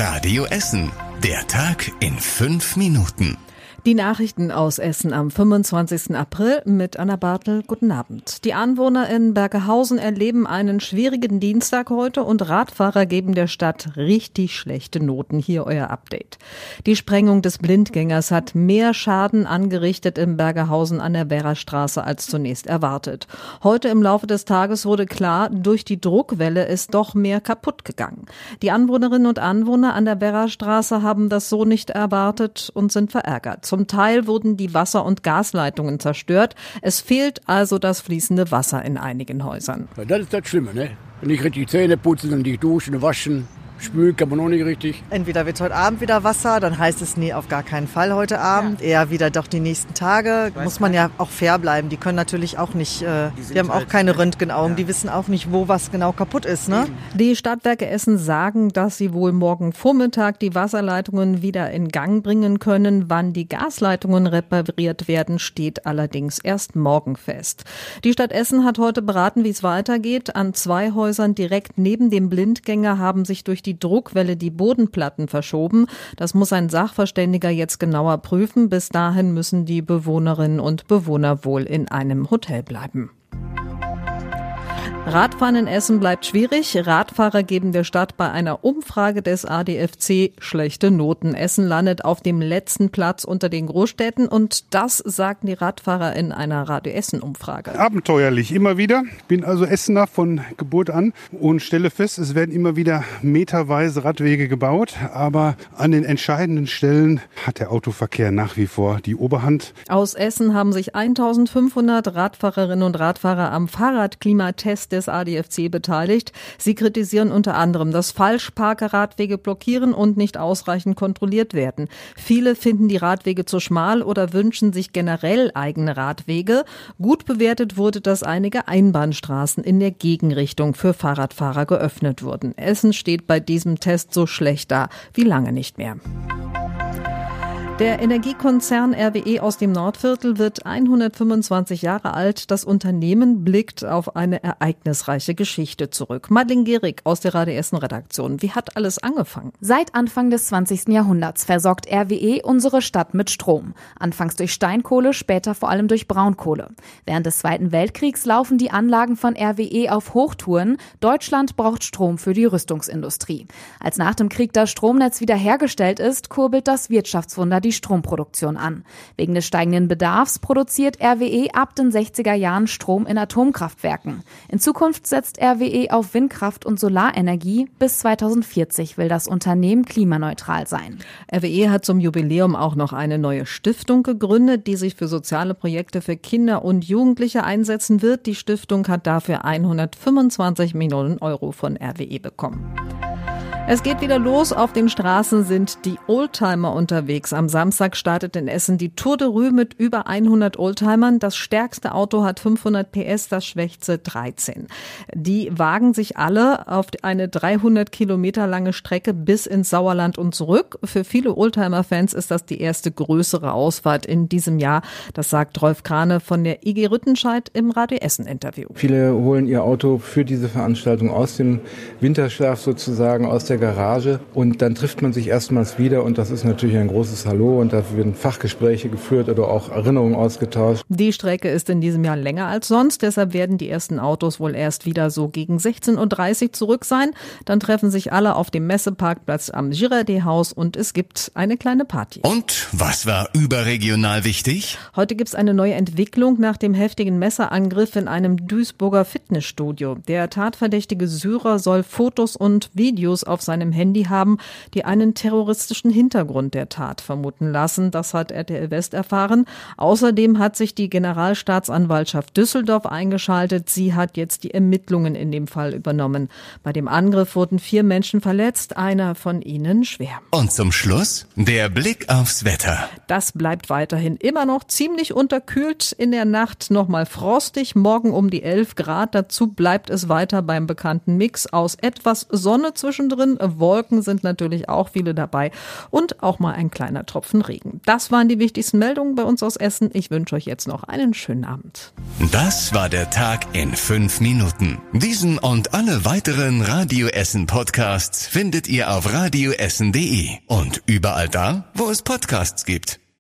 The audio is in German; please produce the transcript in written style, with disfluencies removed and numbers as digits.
Radio Essen. Der Tag in 5 Minuten. Die Nachrichten aus Essen am 25. April mit Anna Bartel. Guten Abend. Die Anwohner in Bergehausen erleben einen schwierigen Dienstag heute und Radfahrer geben der Stadt richtig schlechte Noten. Hier euer Update. Die Sprengung des Blindgängers hat mehr Schaden angerichtet in Bergehausen an der Werrastraße als zunächst erwartet. Heute im Laufe des Tages wurde klar, durch die Druckwelle ist doch mehr kaputt gegangen. Die Anwohnerinnen und Anwohner an der Werrastraße haben das so nicht erwartet und sind verärgert. Zum Teil wurden die Wasser- und Gasleitungen zerstört. Es fehlt also das fließende Wasser in einigen Häusern. Ja, das ist das Schlimme, ne? Wenn ich richtig Zähne putzen und die duschen, waschen, spülen kann man auch nicht richtig. Entweder wird heute Abend wieder Wasser, dann heißt es nee, auf gar keinen Fall heute Abend. Ja. Eher wieder doch die nächsten Tage. Muss man ja auch fair bleiben. Die können natürlich auch nicht, die haben auch keine Röntgenaugen, die wissen auch nicht, wo was genau kaputt ist, ne? Die Stadtwerke Essen sagen, dass sie wohl morgen Vormittag die Wasserleitungen wieder in Gang bringen können. Wann die Gasleitungen repariert werden, steht allerdings erst morgen fest. Die Stadt Essen hat heute beraten, wie es weitergeht. An 2 Häusern direkt neben dem Blindgänger haben sich durch die Druckwelle die Bodenplatten verschoben. Das muss ein Sachverständiger jetzt genauer prüfen. Bis dahin müssen die Bewohnerinnen und Bewohner wohl in einem Hotel bleiben. Radfahren in Essen bleibt schwierig. Radfahrer geben der Stadt bei einer Umfrage des ADFC schlechte Noten. Essen landet auf dem letzten Platz unter den Großstädten und das sagten die Radfahrer in einer Radio Essen Umfrage. Abenteuerlich, immer wieder. Ich bin also Essener von Geburt an und stelle fest, es werden immer wieder meterweise Radwege gebaut, aber an den entscheidenden Stellen hat der Autoverkehr nach wie vor die Oberhand. Aus Essen haben sich 1500 Radfahrerinnen und Radfahrer am Fahrradklimatest des ADFC beteiligt. Sie kritisieren unter anderem, dass Falschparker-Radwege blockieren und nicht ausreichend kontrolliert werden. Viele finden die Radwege zu schmal oder wünschen sich generell eigene Radwege. Gut bewertet wurde, dass einige Einbahnstraßen in der Gegenrichtung für Fahrradfahrer geöffnet wurden. Essen steht bei diesem Test so schlecht da wie lange nicht mehr. Der Energiekonzern RWE aus dem Nordviertel wird 125 Jahre alt. Das Unternehmen blickt auf eine ereignisreiche Geschichte zurück. Madeleine Gehrig aus der Radio Essen Redaktion. Wie hat alles angefangen? Seit Anfang des 20. Jahrhunderts versorgt RWE unsere Stadt mit Strom. Anfangs durch Steinkohle, später vor allem durch Braunkohle. Während des Zweiten Weltkriegs laufen die Anlagen von RWE auf Hochtouren. Deutschland braucht Strom für die Rüstungsindustrie. Als nach dem Krieg das Stromnetz wiederhergestellt ist, kurbelt das Wirtschaftswunder die Stromproduktion an. Wegen des steigenden Bedarfs produziert RWE ab den 60er Jahren Strom in Atomkraftwerken. In Zukunft setzt RWE auf Windkraft und Solarenergie. Bis 2040 will das Unternehmen klimaneutral sein. RWE hat zum Jubiläum auch noch eine neue Stiftung gegründet, die sich für soziale Projekte für Kinder und Jugendliche einsetzen wird. Die Stiftung hat dafür 125 Millionen Euro von RWE bekommen. Es geht wieder los. Auf den Straßen sind die Oldtimer unterwegs. Am Samstag startet in Essen die Tour de Rue mit über 100 Oldtimern. Das stärkste Auto hat 500 PS, das schwächste 13. Die wagen sich alle auf eine 300 Kilometer lange Strecke bis ins Sauerland und zurück. Für viele Oldtimer-Fans ist das die erste größere Ausfahrt in diesem Jahr. Das sagt Rolf Krane von der IG Rüttenscheid im Radio Essen-Interview. Viele holen ihr Auto für diese Veranstaltung aus dem Winterschlaf sozusagen, aus der Garage und dann trifft man sich erstmals wieder und das ist natürlich ein großes Hallo und da werden Fachgespräche geführt oder auch Erinnerungen ausgetauscht. Die Strecke ist in diesem Jahr länger als sonst, deshalb werden die ersten Autos wohl erst wieder so gegen 16.30 Uhr zurück sein. Dann treffen sich alle auf dem Messeparkplatz am Girardet-Haus und es gibt eine kleine Party. Und was war überregional wichtig? Heute gibt es eine neue Entwicklung nach dem heftigen Messerangriff in einem Duisburger Fitnessstudio. Der tatverdächtige Syrer soll Fotos und Videos auf seinem Handy haben, die einen terroristischen Hintergrund der Tat vermuten lassen. Das hat RTL West erfahren. Außerdem hat sich die Generalstaatsanwaltschaft Düsseldorf eingeschaltet. Sie hat jetzt die Ermittlungen in dem Fall übernommen. Bei dem Angriff wurden 4 Menschen verletzt, einer von ihnen schwer. Und zum Schluss der Blick aufs Wetter. Das bleibt weiterhin immer noch ziemlich unterkühlt. In der Nacht nochmal frostig, morgen um die 11 Grad. Dazu bleibt es weiter beim bekannten Mix aus etwas Sonne zwischendrin Wölkchen. Wolken sind natürlich auch viele dabei und auch mal ein kleiner Tropfen Regen. Das waren die wichtigsten Meldungen bei uns aus Essen. Ich wünsche euch jetzt noch einen schönen Abend. Das war der Tag in 5 Minuten. Diesen und alle weiteren Radio Essen Podcasts findet ihr auf radioessen.de und überall da, wo es Podcasts gibt.